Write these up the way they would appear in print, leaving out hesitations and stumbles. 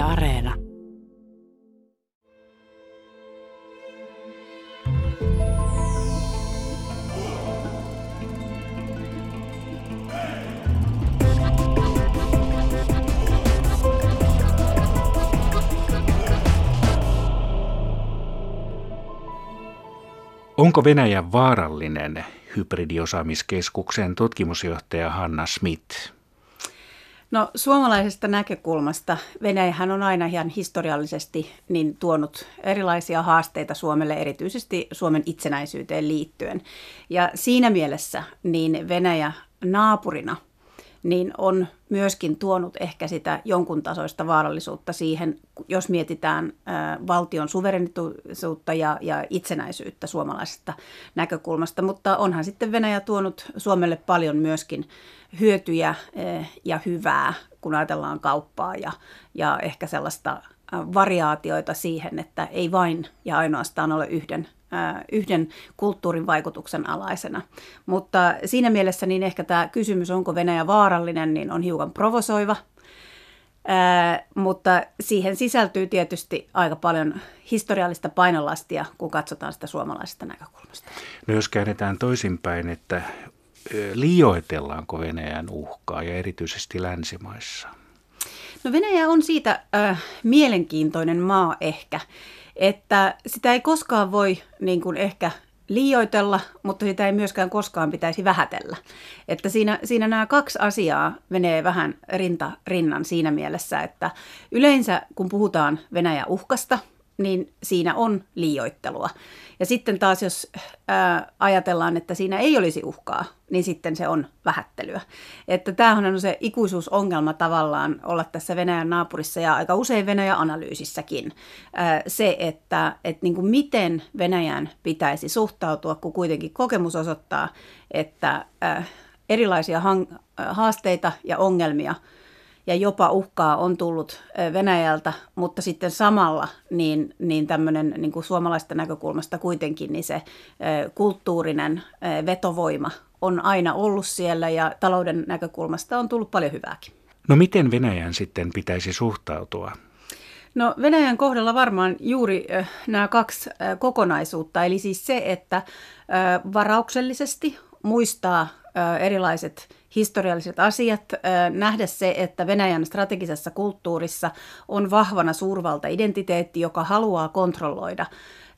Areena. Onko Venäjä vaarallinen? Hybridiosaamiskeskuksen tutkimusjohtaja Hanna Smith. No, suomalaisesta näkökulmasta Venäjähän on aina ihan historiallisesti niin tuonut erilaisia haasteita Suomelle, erityisesti Suomen itsenäisyyteen liittyen. Ja siinä mielessä niin Venäjä naapurina niin on myöskin tuonut ehkä sitä jonkun tasoista vaarallisuutta siihen, jos mietitään valtion suverenisuutta ja itsenäisyyttä suomalaisesta näkökulmasta. Mutta onhan sitten Venäjä tuonut Suomelle paljon myöskin hyötyjä ja hyvää, kun ajatellaan kauppaa ja ehkä sellaista variaatioita siihen, että ei vain ja ainoastaan ole yhden kulttuurin vaikutuksen alaisena. Mutta siinä mielessä niin ehkä tämä kysymys, onko Venäjä vaarallinen, niin on hiukan provosoiva. Mutta siihen sisältyy tietysti aika paljon historiallista painolastia, kun katsotaan sitä suomalaisesta näkökulmasta. No jos käännetään toisinpäin, että liioitellaanko Venäjän uhkaa ja erityisesti länsimaissa? No Venäjä on siitä mielenkiintoinen maa ehkä, että sitä ei koskaan voi niin kuin ehkä liioitella, mutta sitä ei myöskään koskaan pitäisi vähätellä. Että siinä nämä kaksi asiaa menee vähän rinta rinnan siinä mielessä, että yleensä kun puhutaan Venäjän uhkasta, niin siinä on liioittelua. Ja sitten taas jos ajatellaan, että siinä ei olisi uhkaa, niin sitten se on vähättelyä. Että tämähän on se ikuisuusongelma tavallaan olla tässä Venäjän naapurissa ja aika usein Venäjän analyysissäkin. Se, että niin kuin miten Venäjän pitäisi suhtautua, kun kuitenkin kokemus osoittaa, että erilaisia haasteita ja ongelmia ja jopa uhkaa on tullut Venäjältä, mutta sitten samalla niin tämmöinen niin kuin suomalaisesta näkökulmasta kuitenkin niin se kulttuurinen vetovoima on aina ollut siellä ja talouden näkökulmasta on tullut paljon hyvääkin. No miten Venäjän sitten pitäisi suhtautua? No Venäjän kohdalla varmaan juuri nämä kaksi kokonaisuutta, eli siis se, että varauksellisesti muistaa erilaiset historialliset asiat, nähdä se, että Venäjän strategisessa kulttuurissa on vahvana suurvalta-identiteetti, joka haluaa kontrolloida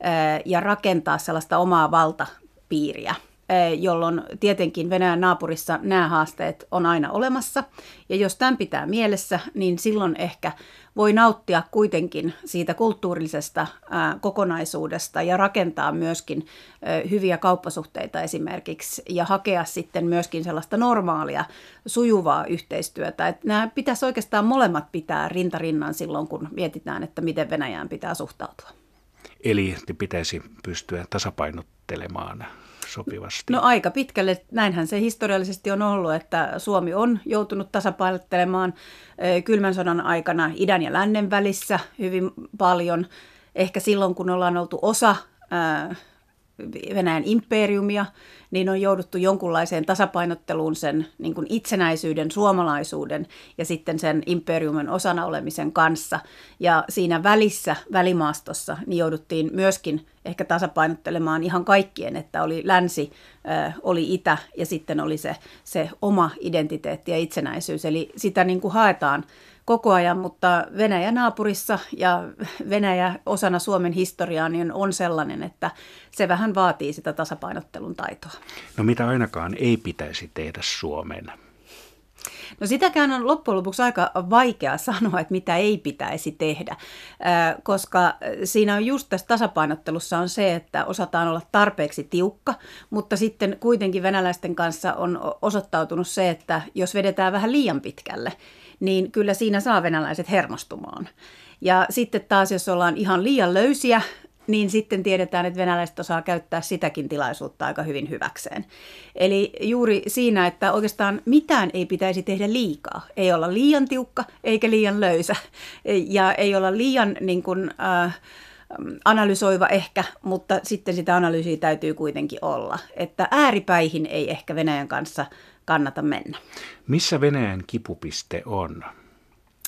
ja rakentaa sellaista omaa valtapiiriä, jolloin tietenkin Venäjän naapurissa nämä haasteet on aina olemassa. Ja jos tämän pitää mielessä, niin silloin ehkä voi nauttia kuitenkin siitä kulttuurillisesta kokonaisuudesta ja rakentaa myöskin hyviä kauppasuhteita esimerkiksi ja hakea sitten myöskin sellaista normaalia, sujuvaa yhteistyötä. Että nämä pitäisi oikeastaan molemmat pitää rinta rinnan silloin, kun mietitään, että miten Venäjään pitää suhtautua. Eli pitäisi pystyä tasapainottelemaan sopivasti. No aika pitkälle, näinhän se historiallisesti on ollut, että Suomi on joutunut tasapainottelemaan kylmän sodan aikana idän ja lännen välissä hyvin paljon. Ehkä silloin, kun ollaan oltu osa Venäjän imperiumia, niin on jouduttu jonkunlaiseen tasapainotteluun sen niin kuin itsenäisyyden, suomalaisuuden ja sitten sen imperiumin osana olemisen kanssa. Ja siinä välissä, välimaastossa, niin jouduttiin myöskin ehkä tasapainottelemaan ihan kaikkien, että oli länsi, oli itä ja sitten oli se oma identiteetti ja itsenäisyys. Eli sitä niin kuin haetaan koko ajan, mutta Venäjä naapurissa ja Venäjä osana Suomen historiaa niin on sellainen, että se vähän vaatii sitä tasapainottelun taitoa. No mitä ainakaan ei pitäisi tehdä Suomen? No sitäkään on loppujen lopuksi aika vaikea sanoa, että mitä ei pitäisi tehdä, koska siinä on just tässä tasapainottelussa on se, että osataan olla tarpeeksi tiukka, mutta sitten kuitenkin venäläisten kanssa on osoittautunut se, että jos vedetään vähän liian pitkälle, niin kyllä siinä saa venäläiset hermostumaan. Ja sitten taas, jos ollaan ihan liian löysiä, niin sitten tiedetään, että venäläiset osaa käyttää sitäkin tilaisuutta aika hyvin hyväkseen. Eli juuri siinä, että oikeastaan mitään ei pitäisi tehdä liikaa. Ei olla liian tiukka eikä liian löysä ja ei olla liian niin kuin, analysoiva ehkä, mutta sitten sitä analyysiä täytyy kuitenkin olla. Että ääripäihin ei ehkä Venäjän kanssa kannata mennä. Missä Venäjän kipupiste on?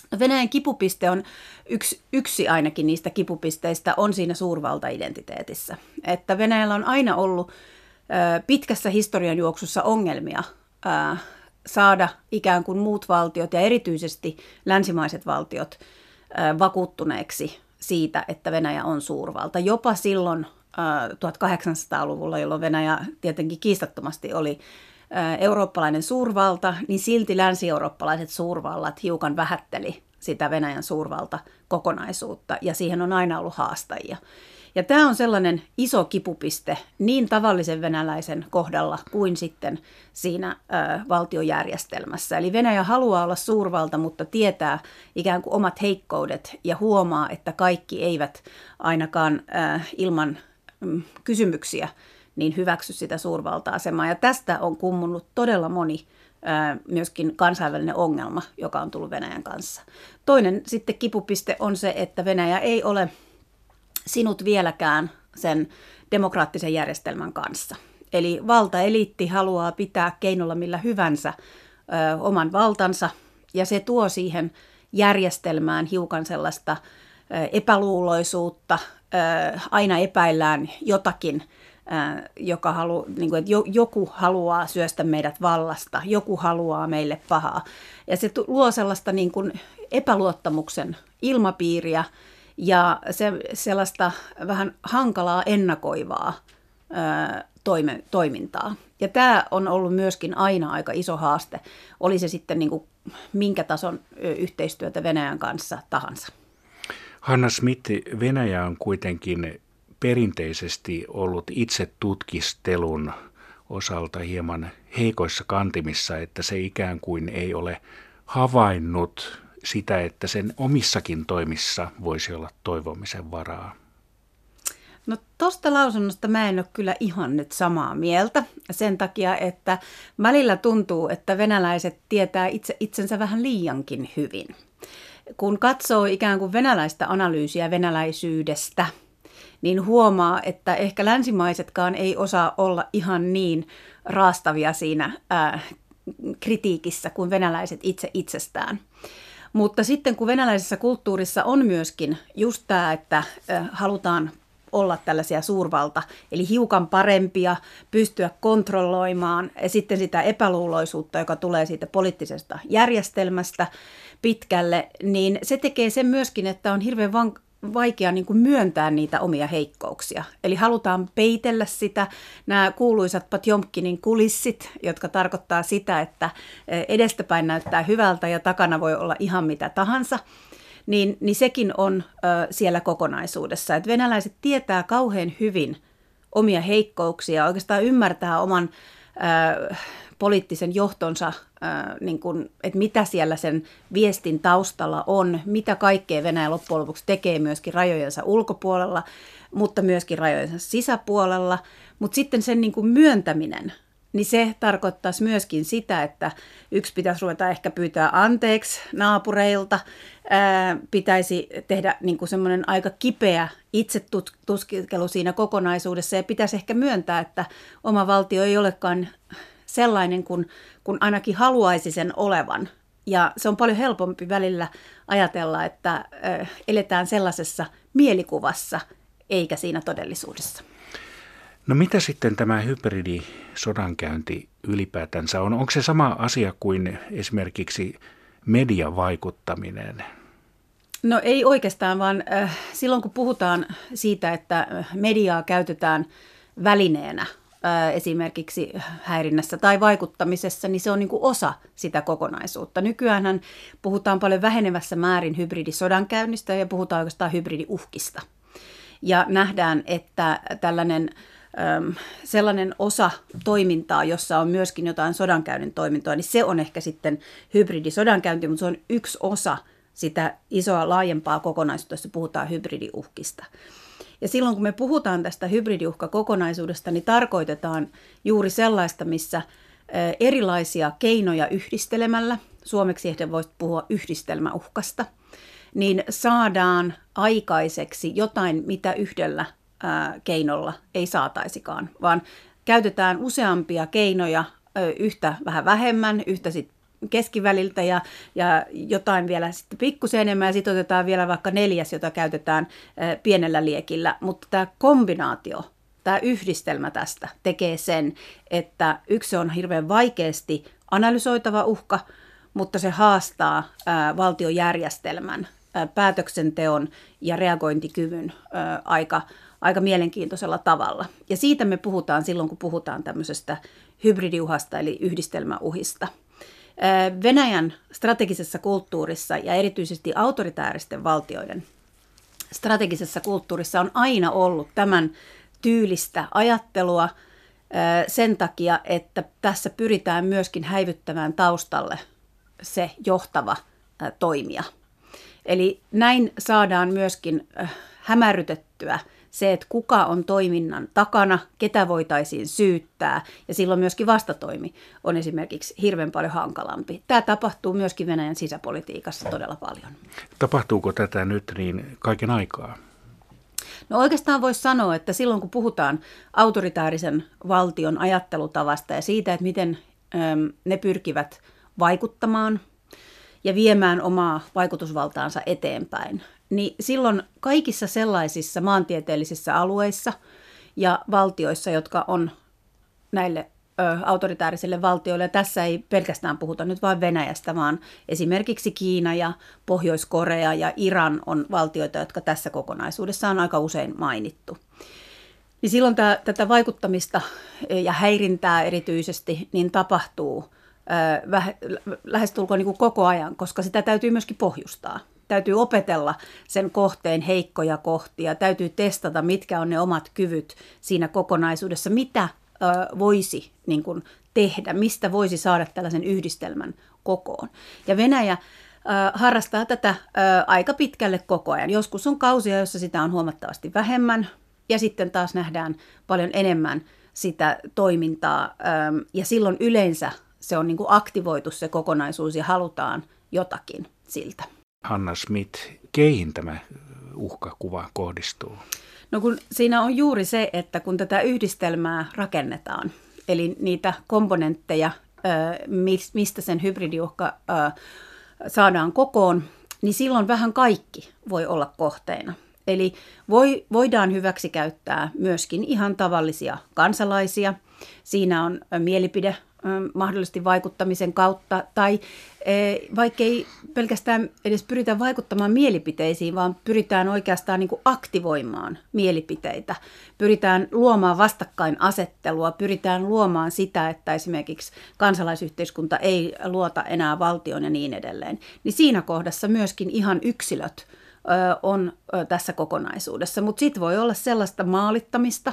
Venäjän kipupiste on yksi ainakin niistä kipupisteistä on siinä suurvaltaidentiteetissä. Että Venäjällä on aina ollut pitkässä historian juoksussa ongelmia saada ikään kuin muut valtiot ja erityisesti länsimaiset valtiot vakuuttuneeksi siitä, että Venäjä on suurvalta. Jopa silloin 1800-luvulla, jolloin Venäjä tietenkin kiistattomasti oli eurooppalainen suurvalta, niin silti länsi-eurooppalaiset suurvallat hiukan vähätteli sitä Venäjän suurvaltakokonaisuutta, ja siihen on aina ollut haastajia. Ja tämä on sellainen iso kipupiste niin tavallisen venäläisen kohdalla kuin sitten siinä valtiojärjestelmässä. Eli Venäjä haluaa olla suurvalta, mutta tietää ikään kuin omat heikkoudet ja huomaa, että kaikki eivät ainakaan ilman kysymyksiä niin hyväksy sitä suurvalta-asemaa. Ja tästä on kummunut todella moni myöskin kansainvälinen ongelma, joka on tullut Venäjän kanssa. Toinen sitten kipupiste on se, että Venäjä ei ole sinut vieläkään sen demokraattisen järjestelmän kanssa. Eli valtaeliitti haluaa pitää keinolla millä hyvänsä oman valtansa, ja se tuo siihen järjestelmään hiukan sellaista epäluuloisuutta. Aina epäillään jotakin, niin kuin, että joku haluaa syöstä meidät vallasta, joku haluaa meille pahaa. Ja se luo sellaista niin kuin epäluottamuksen ilmapiiriä ja sellaista vähän hankalaa ennakoivaa toimintaa. Ja tämä on ollut myöskin aina aika iso haaste, oli se sitten niin kuin minkä tason yhteistyötä Venäjän kanssa tahansa. Hanna Smith, Venäjä on kuitenkin perinteisesti ollut itse tutkistelun osalta hieman heikoissa kantimissa, että se ikään kuin ei ole havainnut sitä, että sen omissakin toimissa voisi olla toivomisen varaa. No tuosta lausunnosta mä en ole kyllä ihan nyt samaa mieltä sen takia, että välillä tuntuu, että venäläiset tietää itsensä vähän liiankin hyvin. Kun katsoo ikään kuin venäläistä analyysiä venäläisyydestä, niin huomaa, että ehkä länsimaisetkaan ei osaa olla ihan niin raastavia siinä kritiikissä kuin venäläiset itse itsestään. Mutta sitten kun venäläisessä kulttuurissa on myöskin just tämä, että halutaan olla tällaisia suurvalta, eli hiukan parempia, pystyä kontrolloimaan ja sitten sitä epäluuloisuutta, joka tulee siitä poliittisesta järjestelmästä pitkälle, niin se tekee sen myöskin, että on hirveän vaikea niin kuin myöntää niitä omia heikkouksia. Eli halutaan peitellä sitä, nämä kuuluisat Potjomkinin kulissit, jotka tarkoittaa sitä, että edestäpäin näyttää hyvältä ja takana voi olla ihan mitä tahansa, niin sekin on siellä kokonaisuudessa. Että venäläiset tietää kauhean hyvin omia heikkouksia, oikeastaan ymmärtää oman poliittisen johtonsa, niin kuin, että mitä siellä sen viestin taustalla on, mitä kaikkea Venäjä loppujen lopuksi tekee myöskin rajojensa ulkopuolella, mutta myöskin rajojensa sisäpuolella. Mutta sitten sen niin kuin myöntäminen, niin se tarkoittaisi myöskin sitä, että yksi pitäisi ruveta ehkä pyytää anteeksi naapureilta, pitäisi tehdä niin kuin semmoinen aika kipeä itsetutkelu siinä kokonaisuudessa ja pitäisi ehkä myöntää, että oma valtio ei olekaan sellainen kun ainakin haluaisi sen olevan. Ja se on paljon helpompi välillä ajatella, että eletään sellaisessa mielikuvassa eikä siinä todellisuudessa. No mitä sitten tämä hybridisodankäynti ylipäätänsä on? Onko se sama asia kuin esimerkiksi mediavaikuttaminen? No ei oikeastaan, vaan silloin kun puhutaan siitä, että mediaa käytetään välineenä esimerkiksi häirinnässä tai vaikuttamisessa, niin se on niin kuin osa sitä kokonaisuutta. Nykyäänhän puhutaan paljon vähenevässä määrin hybridisodankäynnistä ja puhutaan oikeastaan hybridiuhkista. Ja nähdään, että sellainen osa toimintaa, jossa on myöskin jotain sodankäynnin toimintoa, niin se on ehkä sitten hybridisodankäynti, mutta se on yksi osa sitä isoa laajempaa kokonaisuutta, jossa puhutaan hybridiuhkista. Ja silloin kun me puhutaan tästä hybridiuhkakokonaisuudesta, niin tarkoitetaan juuri sellaista, missä erilaisia keinoja yhdistelemällä, suomeksi ehkä voisi puhua yhdistelmäuhkasta, niin saadaan aikaiseksi jotain, mitä yhdellä keinolla ei saataisikaan, vaan käytetään useampia keinoja, yhtä vähän vähemmän, yhtä sit keskiväliltä ja jotain vielä sitten pikkusen enemmän ja sitten otetaan vielä vaikka 4, jota käytetään pienellä liekillä, mutta tämä kombinaatio, tämä yhdistelmä tästä tekee sen, että yksi on hirveän vaikeasti analysoitava uhka, mutta se haastaa valtiojärjestelmän päätöksenteon ja reagointikyvyn aika mielenkiintoisella tavalla. Ja siitä me puhutaan silloin, kun puhutaan tämmöisestä hybridiuhasta eli yhdistelmäuhista. Venäjän strategisessa kulttuurissa ja erityisesti autoritääristen valtioiden strategisessa kulttuurissa on aina ollut tämän tyylistä ajattelua sen takia, että tässä pyritään myöskin häivyttämään taustalle se johtava toimija. Eli näin saadaan myöskin hämärrytettyä se, että kuka on toiminnan takana, ketä voitaisiin syyttää, ja silloin myöskin vastatoimi on esimerkiksi hirveän paljon hankalampi. Tämä tapahtuu myöskin Venäjän sisäpolitiikassa todella paljon. Tapahtuuko tätä nyt niin kaiken aikaa? No oikeastaan voisi sanoa, että silloin kun puhutaan autoritäärisen valtion ajattelutavasta ja siitä, että miten ne pyrkivät vaikuttamaan ja viemään omaa vaikutusvaltaansa eteenpäin, niin silloin kaikissa sellaisissa maantieteellisissä alueissa ja valtioissa, jotka on näille autoritäärisille valtioille, ja tässä ei pelkästään puhuta nyt vain Venäjästä, vaan esimerkiksi Kiina ja Pohjois-Korea ja Iran on valtioita, jotka tässä kokonaisuudessa on aika usein mainittu. Niin silloin tätä vaikuttamista ja häirintää erityisesti niin tapahtuu lähestulkoon niin kuin koko ajan, koska sitä täytyy myöskin pohjustaa. Täytyy opetella sen kohteen heikkoja kohtia, täytyy testata, mitkä on ne omat kyvyt siinä kokonaisuudessa, mitä voisi niin kuin tehdä, mistä voisi saada tällaisen yhdistelmän kokoon. Ja Venäjä harrastaa tätä aika pitkälle koko ajan. Joskus on kausia, joissa sitä on huomattavasti vähemmän, ja sitten taas nähdään paljon enemmän sitä toimintaa, ja silloin yleensä se on niin kuin aktivoitu se kokonaisuus ja halutaan jotakin siltä. Hanna Smith, keihin tämä uhkakuva kohdistuu? No kun siinä on juuri se, että kun tätä yhdistelmää rakennetaan, eli niitä komponentteja, mistä sen hybridiuhka saadaan kokoon, niin silloin vähän kaikki voi olla kohteena. Eli voidaan hyväksikäyttää myöskin ihan tavallisia kansalaisia. Siinä on mielipide mahdollisesti vaikuttamisen kautta, tai vaikkei pelkästään edes pyritä vaikuttamaan mielipiteisiin, vaan pyritään oikeastaan niin kuin aktivoimaan mielipiteitä. Pyritään luomaan vastakkainasettelua, pyritään luomaan sitä, että esimerkiksi kansalaisyhteiskunta ei luota enää valtioon ja niin edelleen. Niin siinä kohdassa myöskin ihan yksilöt on tässä kokonaisuudessa, mutta sitten voi olla sellaista maalittamista,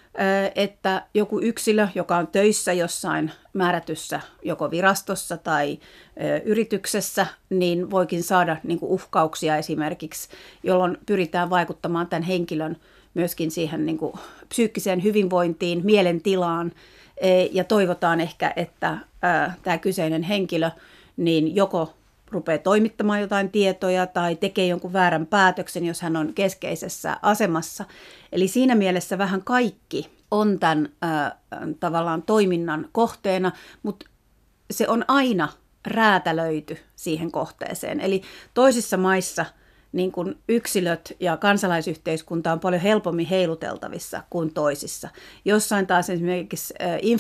että joku yksilö, joka on töissä jossain määrätyssä joko virastossa tai yrityksessä, niin voikin saada niin kuin uhkauksia esimerkiksi, jolloin pyritään vaikuttamaan tämän henkilön myöskin siihen niin kuin psyykkiseen hyvinvointiin, mielentilaan, ja toivotaan ehkä, että tämä kyseinen henkilö niin joko rupeaa toimittamaan jotain tietoja tai tekee jonkun väärän päätöksen, jos hän on keskeisessä asemassa. Eli siinä mielessä vähän kaikki on tämän tavallaan toiminnan kohteena, mutta se on aina räätälöity siihen kohteeseen. Eli toisissa maissa niin kun yksilöt ja kansalaisyhteiskunta on paljon helpommin heiluteltavissa kuin toisissa. Jossain taas esimerkiksi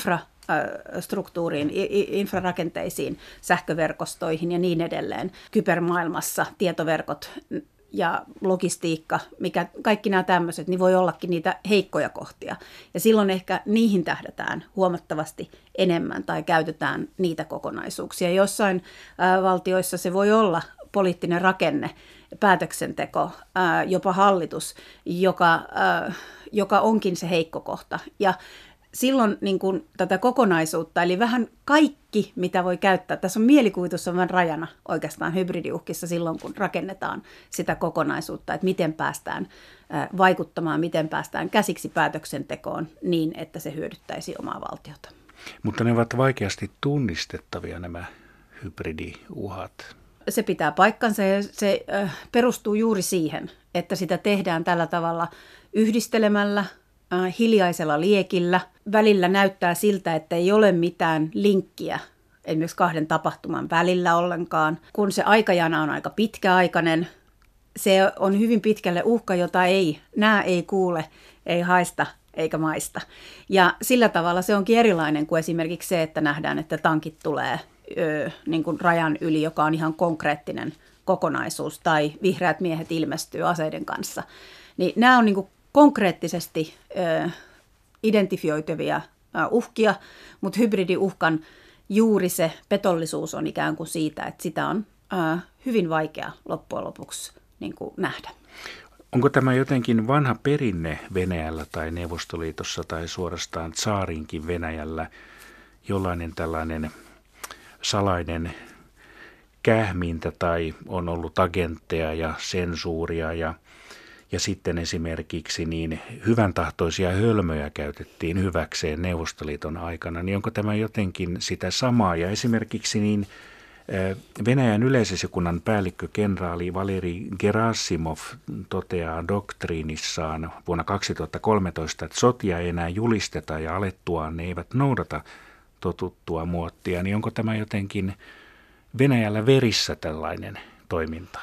infrastruktuuriin, infrarakenteisiin, sähköverkostoihin ja niin edelleen. Kybermaailmassa tietoverkot ja logistiikka, kaikki nämä tämmöiset, niin voi ollakin niitä heikkoja kohtia. Ja silloin ehkä niihin tähdätään huomattavasti enemmän tai käytetään niitä kokonaisuuksia. Jossain valtioissa se voi olla poliittinen rakenne, päätöksenteko, jopa hallitus, joka onkin se heikko kohta. Ja silloin niin kuin tätä kokonaisuutta, eli vähän kaikki, mitä voi käyttää. Tässä on mielikuvitus on vain rajana oikeastaan hybridiuhkissa silloin, kun rakennetaan sitä kokonaisuutta, että miten päästään vaikuttamaan, miten päästään käsiksi päätöksentekoon niin, että se hyödyttäisi omaa valtiota. Mutta ne ovat vaikeasti tunnistettavia nämä hybridiuhat. Se pitää paikkansa ja se perustuu juuri siihen, että sitä tehdään tällä tavalla yhdistelemällä, hiljaisella liekillä. Välillä näyttää siltä, että ei ole mitään linkkiä ei myös kahden tapahtuman välillä ollenkaan. Kun se aikajana on aika pitkäaikainen, se on hyvin pitkälle uhka, jota ei näe, ei kuule, ei haista eikä maista. Ja sillä tavalla se onkin erilainen kuin esimerkiksi se, että nähdään, että tankit tulee niin kuin rajan yli, joka on ihan konkreettinen kokonaisuus, tai vihreät miehet ilmestyy aseiden kanssa. Niin nämä on niin kuin konkreettisesti identifioitavia uhkia, mutta hybridiuhkan juuri se petollisuus on ikään kuin siitä, että sitä on hyvin vaikea loppujen lopuksi niin kuin nähdä. Onko tämä jotenkin vanha perinne Venäjällä tai Neuvostoliitossa tai suorastaan tsaarinkin Venäjällä, jollainen tällainen salainen kähmintä tai on ollut agentteja ja sensuuria ja sitten esimerkiksi niin hyvän tahtoisia hölmöjä käytettiin hyväkseen Neuvostoliiton aikana, niin onko tämä jotenkin sitä samaa? Ja esimerkiksi niin Venäjän yleisesikunnan päällikkö kenraali Valeri Gerasimov toteaa doktriinissaan vuonna 2013, että sotia ei enää julisteta ja alettuaan ne eivät noudata totuttua muottia, niin onko tämä jotenkin Venäjällä verissä tällainen toiminta?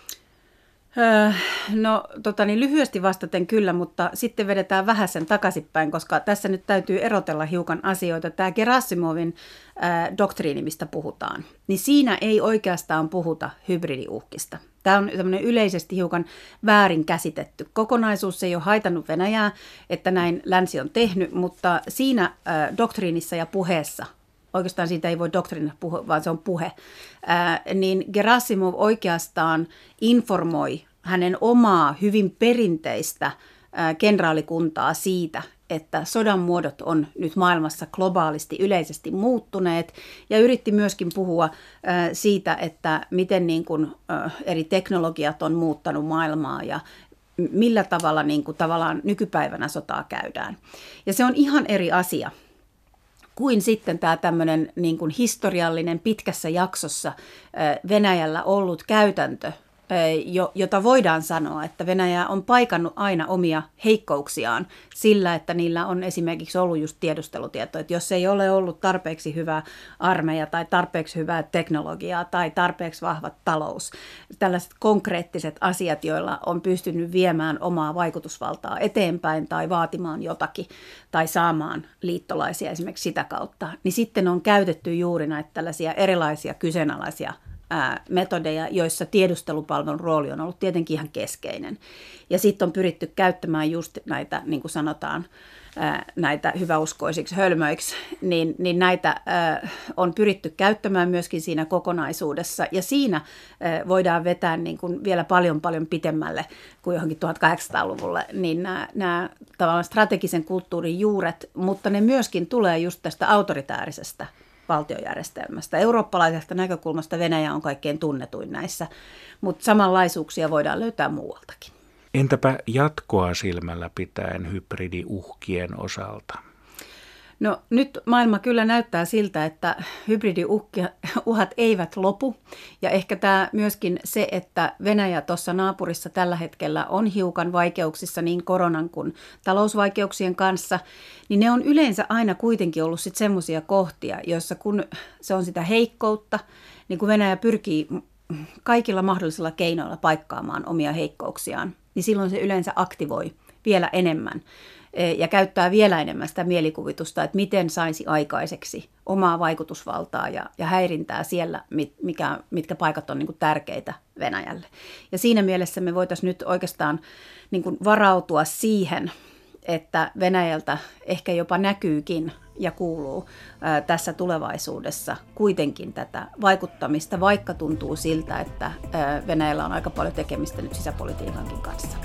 No lyhyesti vastaten kyllä, mutta sitten vedetään vähän sen takaisinpäin, koska tässä nyt täytyy erotella hiukan asioita. Tämä Gerasimovin doktriini, mistä puhutaan, niin siinä ei oikeastaan puhuta hybridiuhkista. Tämä on tämmöinen yleisesti hiukan väärin käsitetty kokonaisuus. Se ei ole haitannut Venäjää, että näin länsi on tehnyt, mutta siinä doktriinissa ja puheessa, oikeastaan siitä ei voi doktriinina puhua, vaan se on puhe, niin Gerasimov oikeastaan informoi hänen omaa hyvin perinteistä kenraalikuntaa siitä, että sodan muodot on nyt maailmassa globaalisti yleisesti muuttuneet, ja yritti myöskin puhua siitä, että miten niin kuin eri teknologiat on muuttanut maailmaa ja millä tavalla niin kuin tavallaan nykypäivänä sotaa käydään. Ja se on ihan eri asia kuin sitten tämä tämmöinen niin kuin historiallinen pitkässä jaksossa Venäjällä ollut käytäntö, jota voidaan sanoa, että Venäjä on paikannut aina omia heikkouksiaan sillä, että niillä on esimerkiksi ollut just tiedustelutieto, että jos ei ole ollut tarpeeksi hyvä armeija tai tarpeeksi hyvää teknologiaa tai tarpeeksi vahva talous, tällaiset konkreettiset asiat, joilla on pystynyt viemään omaa vaikutusvaltaa eteenpäin tai vaatimaan jotakin tai saamaan liittolaisia esimerkiksi sitä kautta, niin sitten on käytetty juuri näitä tällaisia erilaisia kyseenalaisia metodeja, joissa tiedustelupalvelun rooli on ollut tietenkin ihan keskeinen. Ja sitten on pyritty käyttämään just näitä, niin kuin sanotaan, näitä hyväuskoisiksi hölmöiksi, niin näitä on pyritty käyttämään myöskin siinä kokonaisuudessa. Ja siinä voidaan vetää niin kuin vielä paljon pitemmälle kuin johonkin 1800-luvulle, niin nämä tavallaan strategisen kulttuurin juuret, mutta ne myöskin tulee just tästä autoritäärisestä valtiojärjestelmästä. Eurooppalaisesta näkökulmasta Venäjä on kaikkein tunnetuin näissä, mutta samanlaisuuksia voidaan löytää muualtakin. Entäpä jatkoa silmällä pitäen hybridiuhkien osalta? No nyt maailma kyllä näyttää siltä, että hybridiuhat eivät lopu. Ja ehkä tämä myöskin se, että Venäjä tuossa naapurissa tällä hetkellä on hiukan vaikeuksissa niin koronan kuin talousvaikeuksien kanssa, niin ne on yleensä aina kuitenkin ollut sitten semmoisia kohtia, joissa kun se on sitä heikkoutta, niin kun Venäjä pyrkii kaikilla mahdollisilla keinoilla paikkaamaan omia heikkouksiaan, niin silloin se yleensä aktivoi vielä enemmän ja käyttää vielä enemmän sitä mielikuvitusta, että miten saisi aikaiseksi omaa vaikutusvaltaa ja häirintää siellä, mitkä paikat on niin kuin tärkeitä Venäjälle. Ja siinä mielessä me voitaisiin nyt oikeastaan niin kuin varautua siihen, että Venäjältä ehkä jopa näkyykin ja kuuluu tässä tulevaisuudessa kuitenkin tätä vaikuttamista, vaikka tuntuu siltä, että Venäjällä on aika paljon tekemistä nyt sisäpolitiikankin kanssa.